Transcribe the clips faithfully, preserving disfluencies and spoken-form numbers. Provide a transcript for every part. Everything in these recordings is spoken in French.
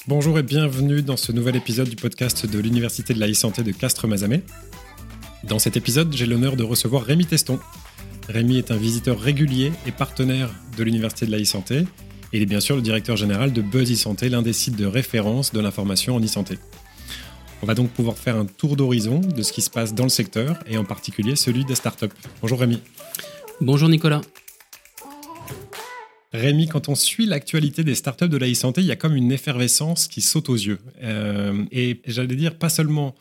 Bonjour et bienvenue dans ce nouvel épisode du podcast de l'Université de la e-santé de Castres-Mazamet. Dans cet épisode, j'ai l'honneur de recevoir Rémi Teston. Rémi est un visiteur régulier et partenaire de l'Université de la e-santé. Et il est bien sûr le directeur général de Buzz e-santé, l'un des sites de référence de l'information en e-santé. On va donc pouvoir faire un tour d'horizon de ce qui se passe dans le secteur et en particulier celui des startups. Bonjour Rémi. Bonjour Nicolas. Rémi, quand on suit l'actualité des startups de la e-santé, il y a comme une effervescence qui saute aux yeux. Euh, et j'allais dire pas seulement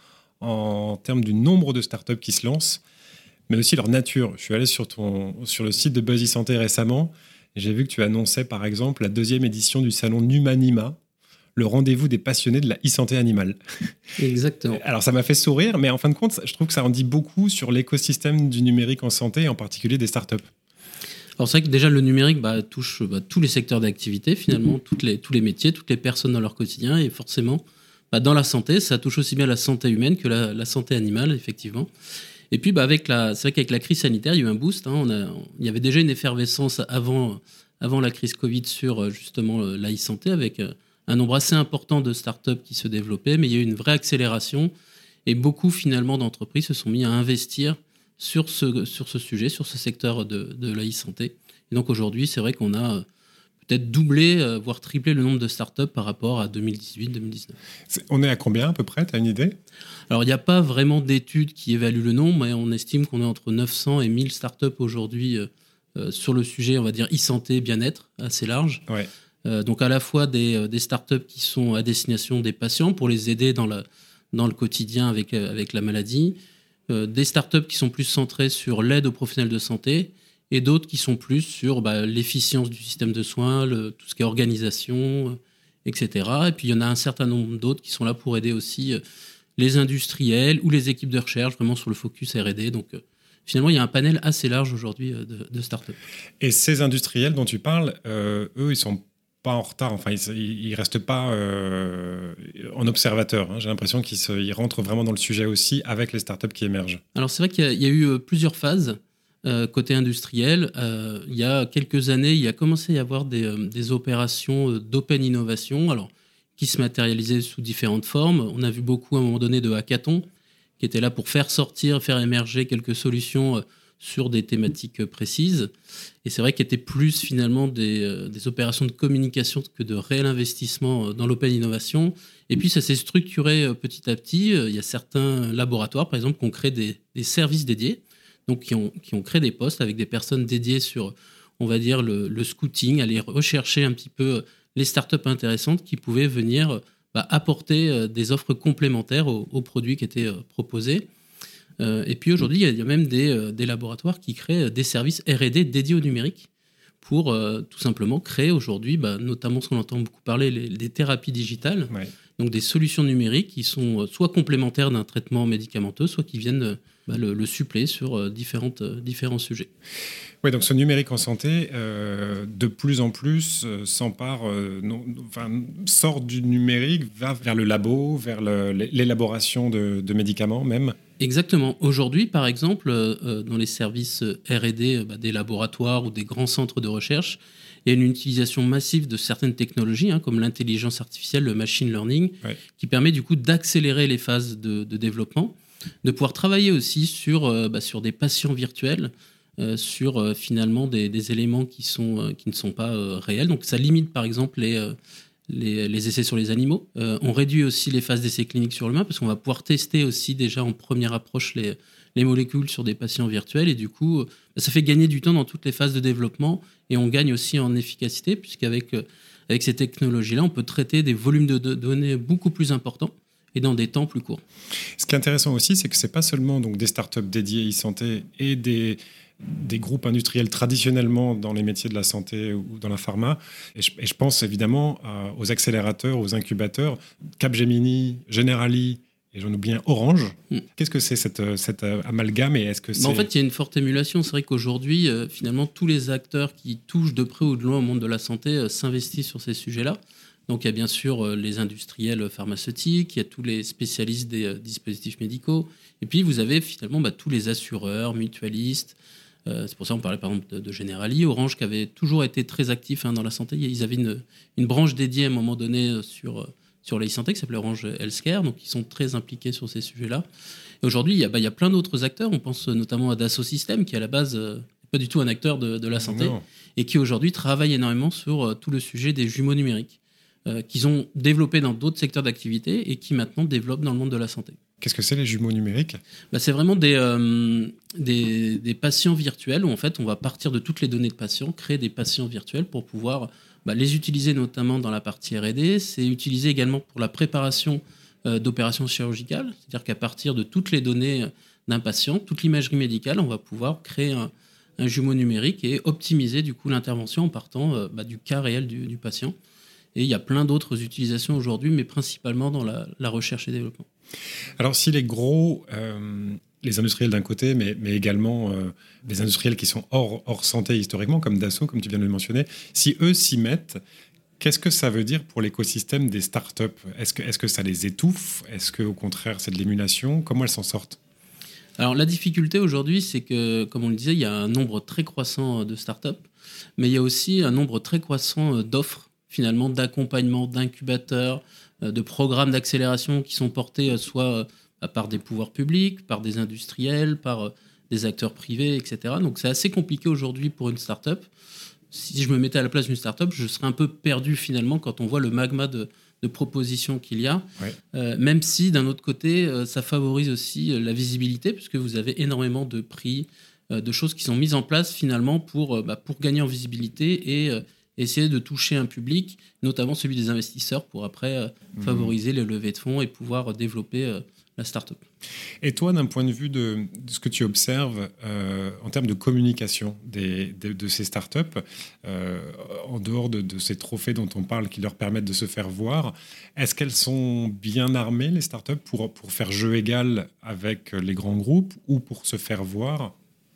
en termes du nombre de startups qui se lancent, mais aussi leur nature. Je suis allé sur, ton, sur le site de Buzz e-santé récemment et j'ai vu que tu annonçais par exemple la deuxième édition du salon Numanima, le rendez-vous des passionnés de la e-santé animale. Exactement. Alors ça m'a fait sourire, mais en fin de compte, je trouve que ça en dit beaucoup sur l'écosystème du numérique en santé, en particulier des startups. Alors c'est vrai que déjà le numérique bah, touche bah, tous les secteurs d'activité finalement, mmh. toutes les, tous les métiers, toutes les personnes dans leur quotidien et forcément bah, dans la santé, ça touche aussi bien la santé humaine que la, la santé animale effectivement. Et puis bah, avec la, c'est vrai qu'avec la crise sanitaire, il y a eu un boost. Hein, on a, il y avait déjà une effervescence avant, avant la crise Covid sur justement la e-santé avec un nombre assez important de startups qui se développaient, mais il y a eu une vraie accélération et beaucoup finalement d'entreprises se sont mis à investir sur ce, sur ce sujet, sur ce secteur de, de la e-santé. Et donc aujourd'hui, c'est vrai qu'on a peut-être doublé, voire triplé le nombre de startups par rapport à deux mille dix-huit deux mille dix-neuf. C'est, on est à combien à peu près, tu as une idée ? Alors il n'y a pas vraiment d'études qui évaluent le nombre, mais on estime qu'on est entre neuf cents et mille startups aujourd'hui euh, sur le sujet, on va dire e-santé, bien-être, assez large. Ouais. Euh, donc à la fois des, des startups qui sont à destination des patients pour les aider dans, la, dans le quotidien avec, avec la maladie, euh, des startups qui sont plus centrées sur l'aide aux professionnels de santé et d'autres qui sont plus sur bah, l'efficience du système de soins, le, tout ce qui est organisation, euh, et cetera. Et puis il y en a un certain nombre d'autres qui sont là pour aider aussi euh, les industriels ou les équipes de recherche, vraiment sur le focus R et D. Donc euh, finalement, il y a un panel assez large aujourd'hui euh, de, de startups. Et ces industriels dont tu parles, euh, eux, ils sont pas en retard, enfin ils, ils restent pas euh, en observateur. Hein. J'ai l'impression qu'ils se, ils rentrent vraiment dans le sujet aussi avec les startups qui émergent. Alors c'est vrai qu'il y a, il y a eu plusieurs phases euh, côté industriel. Euh, il y a quelques années, il y a commencé à y avoir des, euh, des opérations d'open innovation, alors qui se matérialisaient sous différentes formes. On a vu beaucoup à un moment donné de hackathons qui étaient là pour faire sortir, faire émerger quelques solutions euh, sur des thématiques précises. Et c'est vrai qu'il y était plus finalement des, euh, des opérations de communication que de réel investissement dans l'open innovation. Et puis ça s'est structuré euh, petit à petit. Il y a certains laboratoires, par exemple, qui ont créé des, des services dédiés, donc qui ont, qui ont créé des postes avec des personnes dédiées sur, on va dire, le, le scouting, aller rechercher un petit peu les startups intéressantes qui pouvaient venir bah, apporter euh, des offres complémentaires aux, aux produits qui étaient euh, proposés. Euh, et puis aujourd'hui, il y, y a même des, euh, des laboratoires qui créent des services R et D dédiés au numérique pour euh, tout simplement créer aujourd'hui, bah, notamment ce qu'on entend beaucoup parler, les, les thérapies digitales, ouais. Donc des solutions numériques qui sont soit complémentaires d'un traitement médicamenteux, soit qui viennent bah, le, le suppléer sur euh, différentes, euh, différents sujets. Oui, donc ce numérique en santé, euh, de plus en plus, euh, s'empare, euh, non, enfin, sort du numérique, va vers le labo, vers le, l'élaboration de, de médicaments même. Exactement. Aujourd'hui, par exemple, euh, dans les services R et D bah, des laboratoires ou des grands centres de recherche, il y a une utilisation massive de certaines technologies, hein, comme l'intelligence artificielle, le machine learning, ouais. qui permet du coup d'accélérer les phases de, de développement, de pouvoir travailler aussi sur, euh, bah, sur des patients virtuels, euh, sur euh, finalement des, des éléments qui, sont, euh, qui ne sont pas euh, réels. Donc ça limite par exemple les... Euh, Les, les essais sur les animaux. Euh, on réduit aussi les phases d'essais cliniques sur l'humain parce qu'on va pouvoir tester aussi déjà en première approche les, les molécules sur des patients virtuels et du coup, ça fait gagner du temps dans toutes les phases de développement et on gagne aussi en efficacité puisqu'avec avec ces technologies-là, on peut traiter des volumes de, de données beaucoup plus importants et dans des temps plus courts. Ce qui est intéressant aussi, c'est que ce n'est pas seulement donc, des startups dédiées e-santé et des... des groupes industriels traditionnellement dans les métiers de la santé ou dans la pharma. Et je, et je pense évidemment euh, aux accélérateurs, aux incubateurs, Capgemini, Generali, et j'en oublie un, Orange. Mm. Qu'est-ce que c'est cette, cette amalgame et est-ce que c'est... Bah en fait, il y a une forte émulation. C'est vrai qu'aujourd'hui, euh, finalement, tous les acteurs qui touchent de près ou de loin au monde de la santé euh, s'investissent sur ces sujets-là. Donc, il y a bien sûr euh, les industriels pharmaceutiques, il y a tous les spécialistes des euh, dispositifs médicaux, et puis vous avez finalement bah, tous les assureurs, mutualistes. Euh, c'est pour ça qu'on parlait par exemple de, de Generali, Orange qui avait toujours été très actif hein, dans la santé. Ils avaient une, une branche dédiée à un moment donné sur, sur l'e-santé qui s'appelle Orange Healthcare, donc ils sont très impliqués sur ces sujets-là. Et aujourd'hui, il y a, bah, il y a plein d'autres acteurs. On pense notamment à Dassault Systèmes, qui à la base n'est euh, pas du tout un acteur de, de la santé, non. Et qui aujourd'hui travaille énormément sur euh, tout le sujet des jumeaux numériques, euh, qu'ils ont développé dans d'autres secteurs d'activité et qui maintenant développent dans le monde de la santé. Qu'est-ce que c'est les jumeaux numériques ? Bah, c'est vraiment des, euh, des, des patients virtuels où en fait on va partir de toutes les données de patients, créer des patients virtuels pour pouvoir bah, les utiliser notamment dans la partie R et D. C'est utilisé également pour la préparation euh, d'opérations chirurgicales, c'est-à-dire qu'à partir de toutes les données d'un patient, toute l'imagerie médicale, on va pouvoir créer un, un jumeau numérique et optimiser du coup l'intervention en partant euh, bah, du cas réel du, du patient. Et il y a plein d'autres utilisations aujourd'hui, mais principalement dans la, la recherche et développement. Alors, si les gros, euh, les industriels d'un côté, mais, mais également euh, les industriels qui sont hors, hors santé historiquement, comme Dassault, comme tu viens de le mentionner, si eux s'y mettent, qu'est-ce que ça veut dire pour l'écosystème des startups ? Est-ce que, est-ce que ça les étouffe ? Est-ce qu'au contraire, c'est de l'émulation ? Comment elles s'en sortent ? Alors, la difficulté aujourd'hui, c'est que, comme on le disait, il y a un nombre très croissant de startups, mais il y a aussi un nombre très croissant d'offres, finalement, d'accompagnement, d'incubateurs, de programmes d'accélération qui sont portés soit par des pouvoirs publics, par des industriels, par des acteurs privés, et cetera. Donc c'est assez compliqué aujourd'hui pour une start-up. Si je me mettais à la place d'une start-up, je serais un peu perdu finalement quand on voit le magma de, de propositions qu'il y a. Ouais. Euh, même si d'un autre côté, ça favorise aussi la visibilité, puisque vous avez énormément de prix, de choses qui sont mises en place finalement pour, bah, pour gagner en visibilité et essayer de toucher un public, notamment celui des investisseurs, pour après euh, mmh. favoriser les levées de fonds et pouvoir développer euh, la start-up. Et toi, d'un point de vue de, de ce que tu observes euh, en termes de communication des, de, de ces start-up, euh, en dehors de, de ces trophées dont on parle qui leur permettent de se faire voir, est-ce qu'elles sont bien armées, les start-up, pour, pour faire jeu égal avec les grands groupes ou pour se faire voir ?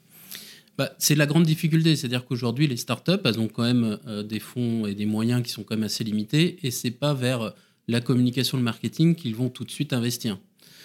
Bah, c'est la grande difficulté, c'est-à-dire qu'aujourd'hui, les startups, elles ont quand même euh, des fonds et des moyens qui sont quand même assez limités, et c'est pas vers la communication, le marketing qu'ils vont tout de suite investir.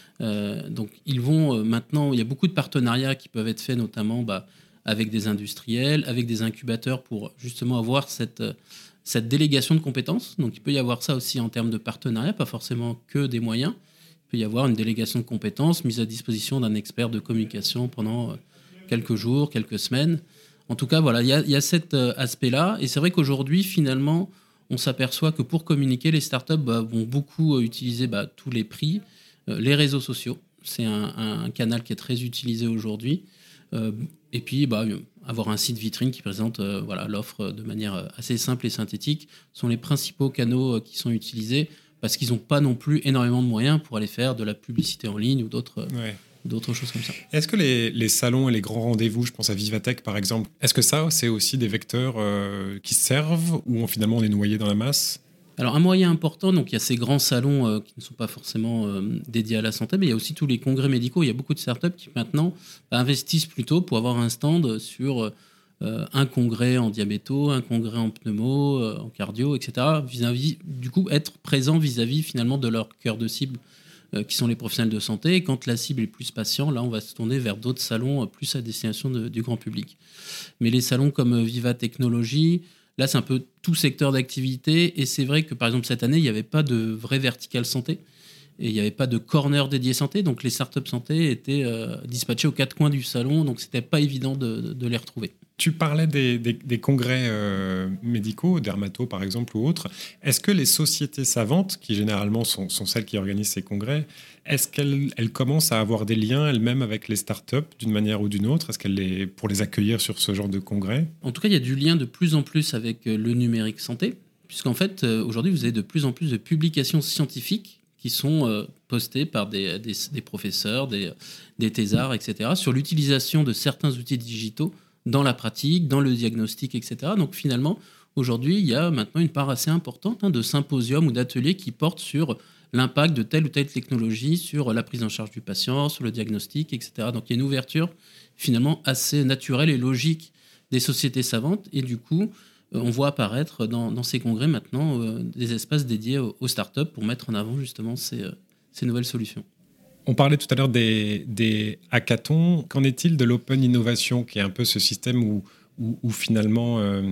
Euh, donc, ils vont euh, maintenant, il y a beaucoup de partenariats qui peuvent être faits, notamment bah, avec des industriels, avec des incubateurs, pour justement avoir cette, cette délégation de compétences. Donc, il peut y avoir ça aussi en termes de partenariat, pas forcément que des moyens. Il peut y avoir une délégation de compétences mise à disposition d'un expert de communication pendant euh, quelques jours, quelques semaines. En tout cas, voilà, il y a, y a cet euh, aspect-là. Et c'est vrai qu'aujourd'hui, finalement, on s'aperçoit que pour communiquer, les startups bah, vont beaucoup euh, utiliser bah, tous les prix, euh, les réseaux sociaux. C'est un, un canal qui est très utilisé aujourd'hui. Euh, et puis, bah, avoir un site vitrine qui présente euh, voilà, l'offre de manière assez simple et synthétique sont les principaux canaux euh, qui sont utilisés parce qu'ils n'ont pas non plus énormément de moyens pour aller faire de la publicité en ligne ou d'autres... Ouais. d'autres choses comme ça. Est-ce que les, les salons et les grands rendez-vous, je pense à Vivatech par exemple, est-ce que ça, c'est aussi des vecteurs euh, qui servent ou finalement on est noyé dans la masse ? Alors un moyen important, donc il y a ces grands salons euh, qui ne sont pas forcément euh, dédiés à la santé, mais il y a aussi tous les congrès médicaux. Il y a beaucoup de startups qui maintenant bah, investissent plutôt pour avoir un stand sur euh, un congrès en diabéto, un congrès en pneumo, euh, en cardio, et cetera. Vis-à-vis, du coup, être présent vis-à-vis finalement de leur cœur de cible, qui sont les professionnels de santé. Et quand la cible est plus patient, là, on va se tourner vers d'autres salons plus à destination de, du grand public. Mais les salons comme Viva Technologies, là, c'est un peu tout secteur d'activité. Et c'est vrai que, par exemple, cette année, il n'y avait pas de vraie verticale santé. Et il n'y avait pas de corner dédié santé. Donc, les startups santé étaient euh, dispatchées aux quatre coins du salon. Donc, ce n'était pas évident de, de, de les retrouver. Tu parlais des, des, des congrès euh, médicaux, dermato par exemple ou autres. Est-ce que les sociétés savantes, qui généralement sont, sont celles qui organisent ces congrès, est-ce qu'elles elles commencent à avoir des liens elles-mêmes avec les startups d'une manière ou d'une autre ? Est-ce qu'elles les, pour les accueillir sur ce genre de congrès ? En tout cas, il y a du lien de plus en plus avec le numérique santé, puisqu'en fait, aujourd'hui, vous avez de plus en plus de publications scientifiques qui sont euh, postées par des, des, des professeurs, des, des thésards, et cetera, sur l'utilisation de certains outils digitaux dans la pratique, dans le diagnostic, et cetera. Donc finalement, aujourd'hui, il y a maintenant une part assez importante hein, de symposiums ou d'ateliers qui portent sur l'impact de telle ou telle technologie sur la prise en charge du patient, sur le diagnostic, et cetera. Donc il y a une ouverture finalement assez naturelle et logique des sociétés savantes. Et du coup, on voit apparaître dans, dans ces congrès maintenant euh, des espaces dédiés aux, aux startups pour mettre en avant justement ces, euh, ces nouvelles solutions. On parlait tout à l'heure des, des hackathons. Qu'en est-il de l'open innovation, qui est un peu ce système où, où, où finalement euh,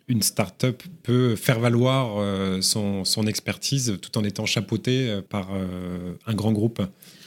une start-up peut faire valoir euh, son, son expertise tout en étant chapeautée par euh, un grand groupe?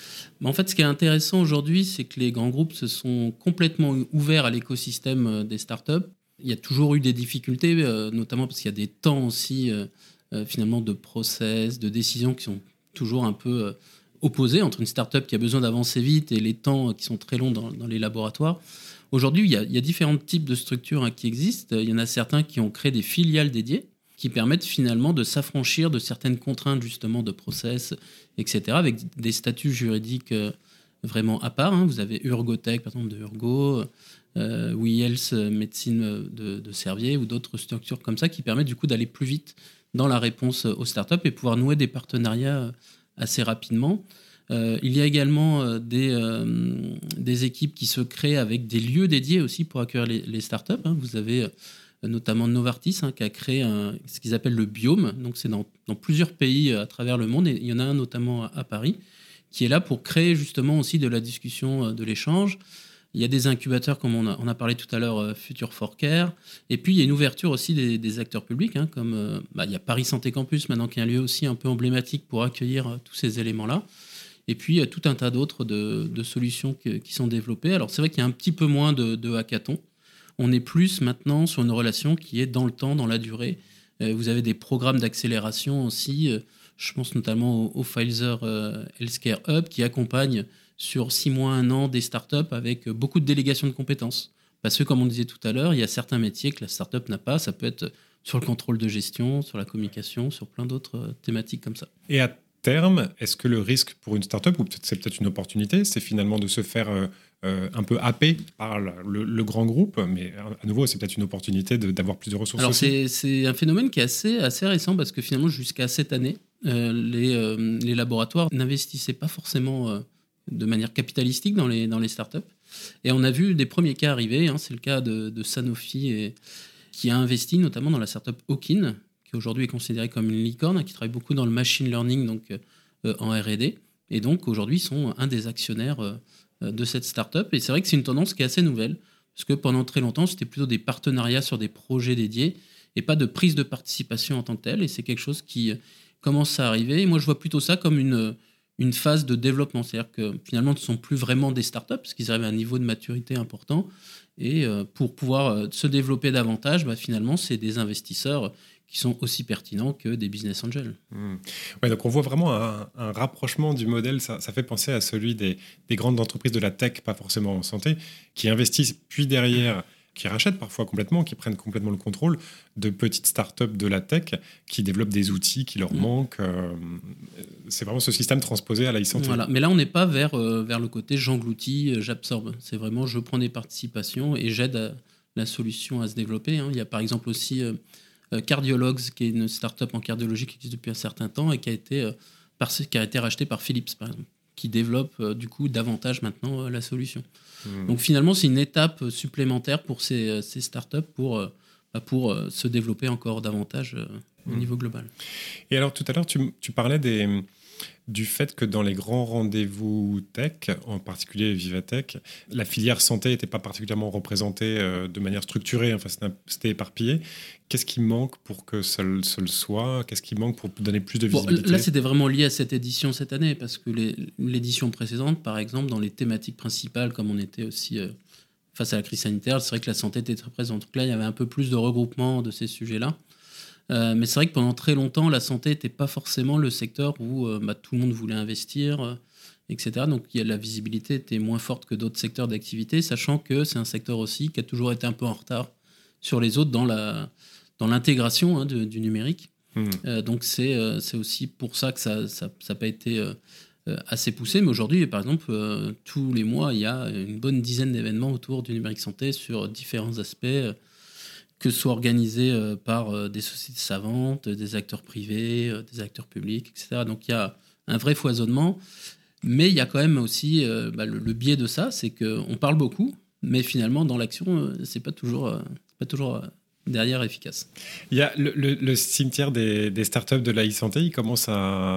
En fait, ce qui est intéressant aujourd'hui, c'est que les grands groupes se sont complètement ouverts à l'écosystème des startups. Il y a toujours eu des difficultés, euh, notamment parce qu'il y a des temps aussi, euh, euh, finalement, de process, de décisions qui sont toujours un peu euh, opposés entre une startup qui a besoin d'avancer vite et les temps qui sont très longs dans, dans les laboratoires. Aujourd'hui, il y, a, il y a différents types de structures hein, qui existent. Il y en a certains qui ont créé des filiales dédiées qui permettent finalement de s'affranchir de certaines contraintes justement de process, et cetera, avec des statuts juridiques euh, vraiment à part. Hein. Vous avez Urgotech, par exemple, de Urgo, euh, We Health Médecine de, de Servier ou d'autres structures comme ça qui permettent du coup d'aller plus vite dans la réponse aux startups et pouvoir nouer des partenariats assez rapidement. Euh, il y a également euh, des, euh, des équipes qui se créent avec des lieux dédiés aussi pour accueillir les, les startups. Hein. Vous avez euh, notamment Novartis hein, qui a créé un, ce qu'ils appellent le biome. Donc c'est dans, dans plusieurs pays à travers le monde et il y en a un notamment à, à Paris qui est là pour créer justement aussi de la discussion, de l'échange. Il y a des incubateurs comme on a, on a parlé tout à l'heure, Future for Care. Et puis il y a une ouverture aussi des, des acteurs publics hein, comme euh, bah, il y a Paris Santé Campus maintenant qui est un lieu aussi un peu emblématique pour accueillir euh, tous ces éléments-là. Et puis il y a tout un tas d'autres de, de solutions que, qui sont développées. Alors c'est vrai qu'il y a un petit peu moins de, de hackathons. On est plus maintenant sur une relation qui est dans le temps, dans la durée. Euh, vous avez des programmes d'accélération aussi. Euh, je pense notamment au, au Pfizer euh, Healthcare Hub qui accompagne sur six mois, un an des startups avec beaucoup de délégations de compétences. Parce que, comme on disait tout à l'heure, il y a certains métiers que la startup n'a pas. Ça peut être sur le contrôle de gestion, sur la communication, sur plein d'autres thématiques comme ça. Et à terme, est-ce que le risque pour une startup, ou peut-être c'est peut-être une opportunité, c'est finalement de se faire euh, euh, un peu happer par le, le grand groupe, mais à nouveau, c'est peut-être une opportunité de, d'avoir plus de ressources. Alors, aussi. C'est, c'est un phénomène qui est assez, assez récent parce que finalement, jusqu'à cette année, euh, les, euh, les laboratoires n'investissaient pas forcément euh, de manière capitalistique dans les, dans les startups. Et on a vu des premiers cas arriver. Hein, c'est le cas de, de Sanofi et, qui a investi notamment dans la startup Owkin, qui aujourd'hui est considérée comme une licorne, qui travaille beaucoup dans le machine learning, donc euh, en R et D. Et donc aujourd'hui, ils sont un des actionnaires euh, de cette startup. Et c'est vrai que c'est une tendance qui est assez nouvelle, parce que pendant très longtemps, c'était plutôt des partenariats sur des projets dédiés et pas de prise de participation en tant que telle. Et c'est quelque chose qui commence à arriver. Et moi, je vois plutôt ça comme une, une phase de développement. C'est-à-dire que finalement, ce ne sont plus vraiment des startups, parce qu'ils arrivent à un niveau de maturité important. Et euh, pour pouvoir euh, se développer davantage, bah, finalement, c'est des investisseurs qui sont aussi pertinents que des business angels. Mmh. Ouais, donc on voit vraiment un, un rapprochement du modèle. Ça, ça fait penser à celui des, des grandes entreprises de la tech, pas forcément en santé, qui investissent, puis derrière, qui rachètent parfois complètement, qui prennent complètement le contrôle de petites startups de la tech qui développent des outils qui leur mmh. manquent. Euh, c'est vraiment ce système transposé à la e-santé. Voilà. Mais là, on n'est pas vers, euh, vers le côté j'engloutis, euh, j'absorbe. C'est vraiment je prends des participations et j'aide à, la solution à se développer. Hein. Il y a par exemple aussi euh, Cardiologues, qui est une start-up en cardiologie qui existe depuis un certain temps et qui a été, euh, par, qui a été rachetée par Philips, par exemple, qui développe euh, du coup davantage maintenant euh, la solution. Mmh. Donc finalement, c'est une étape supplémentaire pour ces, ces startups pour, euh, pour euh, se développer encore davantage euh, au mmh. niveau global. Et alors tout à l'heure, tu, tu parlais des, du fait que dans les grands rendez-vous tech, en particulier Vivatech, la filière santé n'était pas particulièrement représentée euh, de manière structurée, enfin c'était, c'était éparpillé. Qu'est-ce qui manque pour que ça le, ça le soit ? Qu'est-ce qui manque pour donner plus de visibilité ? Bon, là, c'était vraiment lié à cette édition cette année, parce que les, l'édition précédente, par exemple, dans les thématiques principales, comme on était aussi euh, face à la crise sanitaire, c'est vrai que la santé était très présente. Donc là, il y avait un peu plus de regroupement de ces sujets-là. Euh, mais c'est vrai que pendant très longtemps, la santé n'était pas forcément le secteur où euh, bah, tout le monde voulait investir, euh, et cetera. Donc y a, la visibilité était moins forte que d'autres secteurs d'activité, sachant que c'est un secteur aussi qui a toujours été un peu en retard sur les autres dans, la, dans l'intégration hein, de, du numérique. Mmh. Euh, donc c'est, euh, c'est aussi pour ça que ça n'a ça, ça pas été euh, assez poussé. Mais aujourd'hui, par exemple, euh, tous les mois, il y a une bonne dizaine d'événements autour du numérique santé sur différents aspects, euh, que ce soit organisé euh, par euh, des sociétés savantes, des acteurs privés, euh, des acteurs publics, et cetera. Donc il y a un vrai foisonnement, mais il y a quand même aussi euh, bah, le, le biais de ça, c'est qu'on parle beaucoup, mais finalement dans l'action, euh, c'est pas toujours, euh, pas toujours euh, derrière efficace. Il y a le, le, le cimetière des, des startups de la e-santé, il commence à,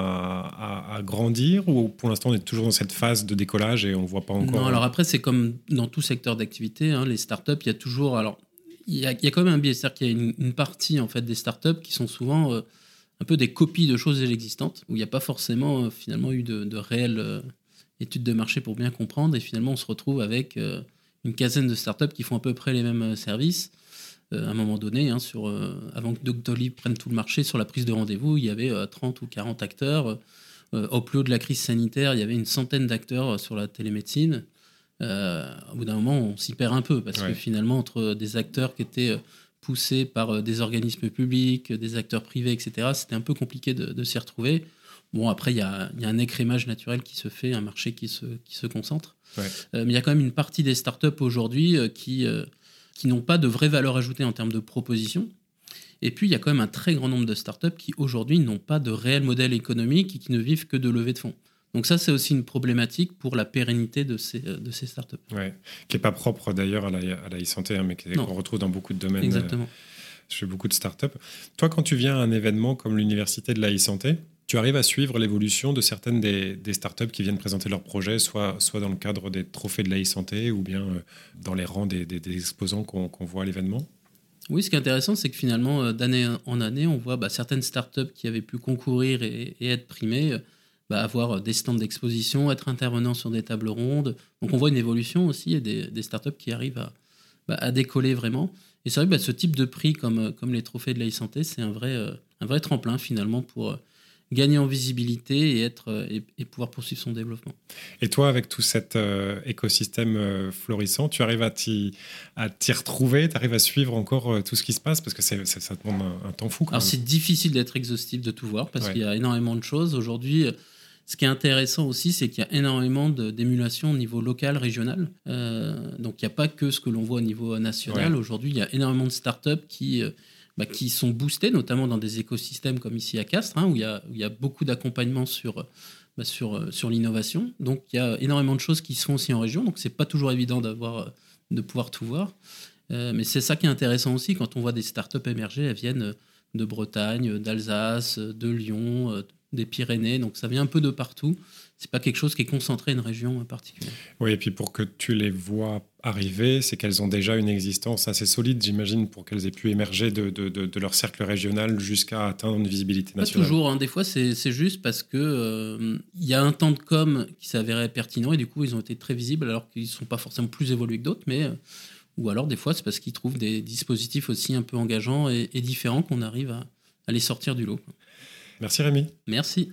à, à grandir, ou pour l'instant on est toujours dans cette phase de décollage et on voit pas encore. Non, alors après c'est comme dans tout secteur d'activité, hein, les startups, il y a toujours alors il y, a, il y a quand même un biais, c'est-à-dire qu'il y a une, une partie en fait des startups qui sont souvent euh, un peu des copies de choses déjà existantes, où il n'y a pas forcément euh, finalement eu de, de réelles euh, études de marché pour bien comprendre, et finalement on se retrouve avec euh, une quinzaine de startups qui font à peu près les mêmes euh, services. Euh, à un moment donné, hein, sur, euh, avant que Doctolib prenne tout le marché, sur la prise de rendez-vous, il y avait euh, trente ou quarante acteurs. Euh, au plus haut de la crise sanitaire, il y avait une centaine d'acteurs euh, sur la télémédecine. Euh, au bout d'un moment, on s'y perd un peu, parce ouais. que finalement, entre des acteurs qui étaient poussés par des organismes publics, des acteurs privés, et cetera, c'était un peu compliqué de, de s'y retrouver. Bon, après, il y a, y a un écrémage naturel qui se fait, un marché qui se, qui se concentre. Ouais. Euh, mais il y a quand même une partie des startups aujourd'hui euh, qui, euh, qui n'ont pas de vraie valeur ajoutée en termes de proposition. Et puis, il y a quand même un très grand nombre de startups qui, aujourd'hui, n'ont pas de réel modèle économique et qui ne vivent que de levée de fonds. Donc ça, c'est aussi une problématique pour la pérennité de ces, de ces startups. Oui, qui n'est pas propre d'ailleurs à la, à la e-santé, hein, mais qu'on retrouve dans beaucoup de domaines. Exactement. Euh, chez beaucoup de startups. Toi, quand tu viens à un événement comme l'Université de la e-santé, tu arrives à suivre l'évolution de certaines des, des startups qui viennent présenter leurs projets, soit, soit dans le cadre des trophées de la e-santé ou bien euh, dans les rangs des, des, des exposants qu'on, qu'on voit à l'événement? Oui, ce qui est intéressant, c'est que finalement, d'année en année, on voit bah, certaines startups qui avaient pu concourir et, et être primées, bah, avoir des stands d'exposition, être intervenants sur des tables rondes. Donc on voit une évolution aussi et des, des startups qui arrivent à, bah, à décoller vraiment. Et c'est vrai que bah, ce type de prix, comme, comme les trophées de la e-santé, c'est un vrai, euh, un vrai tremplin finalement pour... Euh, gagner en visibilité et, être, et, et pouvoir poursuivre son développement. Et toi, avec tout cet euh, écosystème euh, florissant, tu arrives à t'y, à t'y retrouver, tu arrives à suivre encore euh, tout ce qui se passe, parce que c'est, c'est, ça te demande un, un temps fou. Quand Alors, même. C'est difficile d'être exhaustif, de tout voir, parce ouais. qu'il y a énormément de choses. Aujourd'hui, ce qui est intéressant aussi, c'est qu'il y a énormément de, d'émulation au niveau local, régional. Euh, donc, il n'y a pas que ce que l'on voit au niveau national. Ouais. Aujourd'hui, il y a énormément de startups qui... Euh, Bah, qui sont boostés, notamment dans des écosystèmes comme ici à Castres, hein, où il y a, où il y a beaucoup d'accompagnement sur, bah, sur, sur l'innovation. Donc, il y a énormément de choses qui se font aussi en région. Donc, ce n'est pas toujours évident d'avoir, de pouvoir tout voir. Euh, mais c'est ça qui est intéressant aussi, quand on voit des startups émerger, elles viennent de Bretagne, d'Alsace, de Lyon, des Pyrénées. Donc, ça vient un peu de partout. Ce n'est pas quelque chose qui est concentré à une région particulière. Oui, et puis pour que tu les vois arriver, c'est qu'elles ont déjà une existence assez solide, j'imagine, pour qu'elles aient pu émerger de, de, de, de leur cercle régional jusqu'à atteindre une visibilité nationale. Pas toujours, hein. Des fois c'est, c'est juste parce qu'il euh, y a un temps de com qui s'avérait pertinent et du coup ils ont été très visibles alors qu'ils ne sont pas forcément plus évolués que d'autres, mais, euh, ou alors des fois c'est parce qu'ils trouvent des dispositifs aussi un peu engageants et, et différents qu'on arrive à, à les sortir du lot. Merci Rémi. Merci.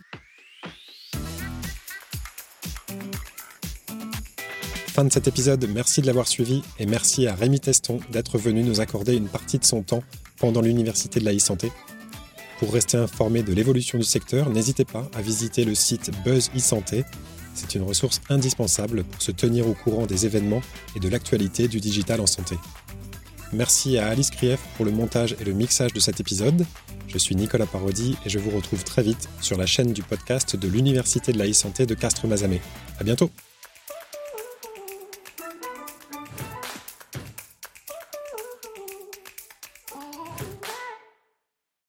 Fin de cet épisode, merci de l'avoir suivi et merci à Rémi Teston d'être venu nous accorder une partie de son temps pendant l'Université de la e-santé. Pour rester informé de l'évolution du secteur, n'hésitez pas à visiter le site Buzz e-santé. C'est une ressource indispensable pour se tenir au courant des événements et de l'actualité du digital en santé. Merci à Alice Krief pour le montage et le mixage de cet épisode. Je suis Nicolas Parodi et je vous retrouve très vite sur la chaîne du podcast de l'Université de la e-santé de Castres Mazamet. À bientôt!